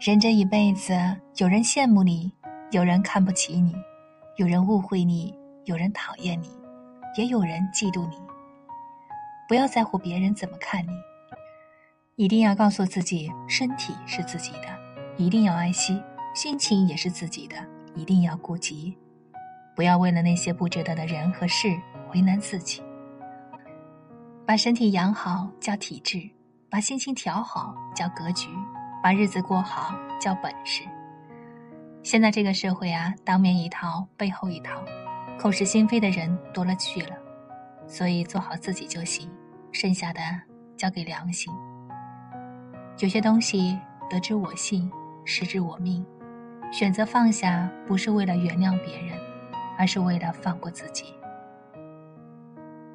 人这一辈子，有人羡慕你，有人看不起你，有人误会你，有人讨厌你，也有人嫉妒你。不要在乎别人怎么看你，一定要告诉自己，身体是自己的，一定要爱惜，心情也是自己的，一定要顾及。不要为了那些不值得的人和事为难自己。把身体养好叫体质，把心情调好叫格局，把日子过好叫本事。现在这个社会啊，当面一套背后一套，口是心非的人多了去了，所以做好自己就行，剩下的交给良心。有些东西得之我幸，失之我命，选择放下不是为了原谅别人，而是为了放过自己。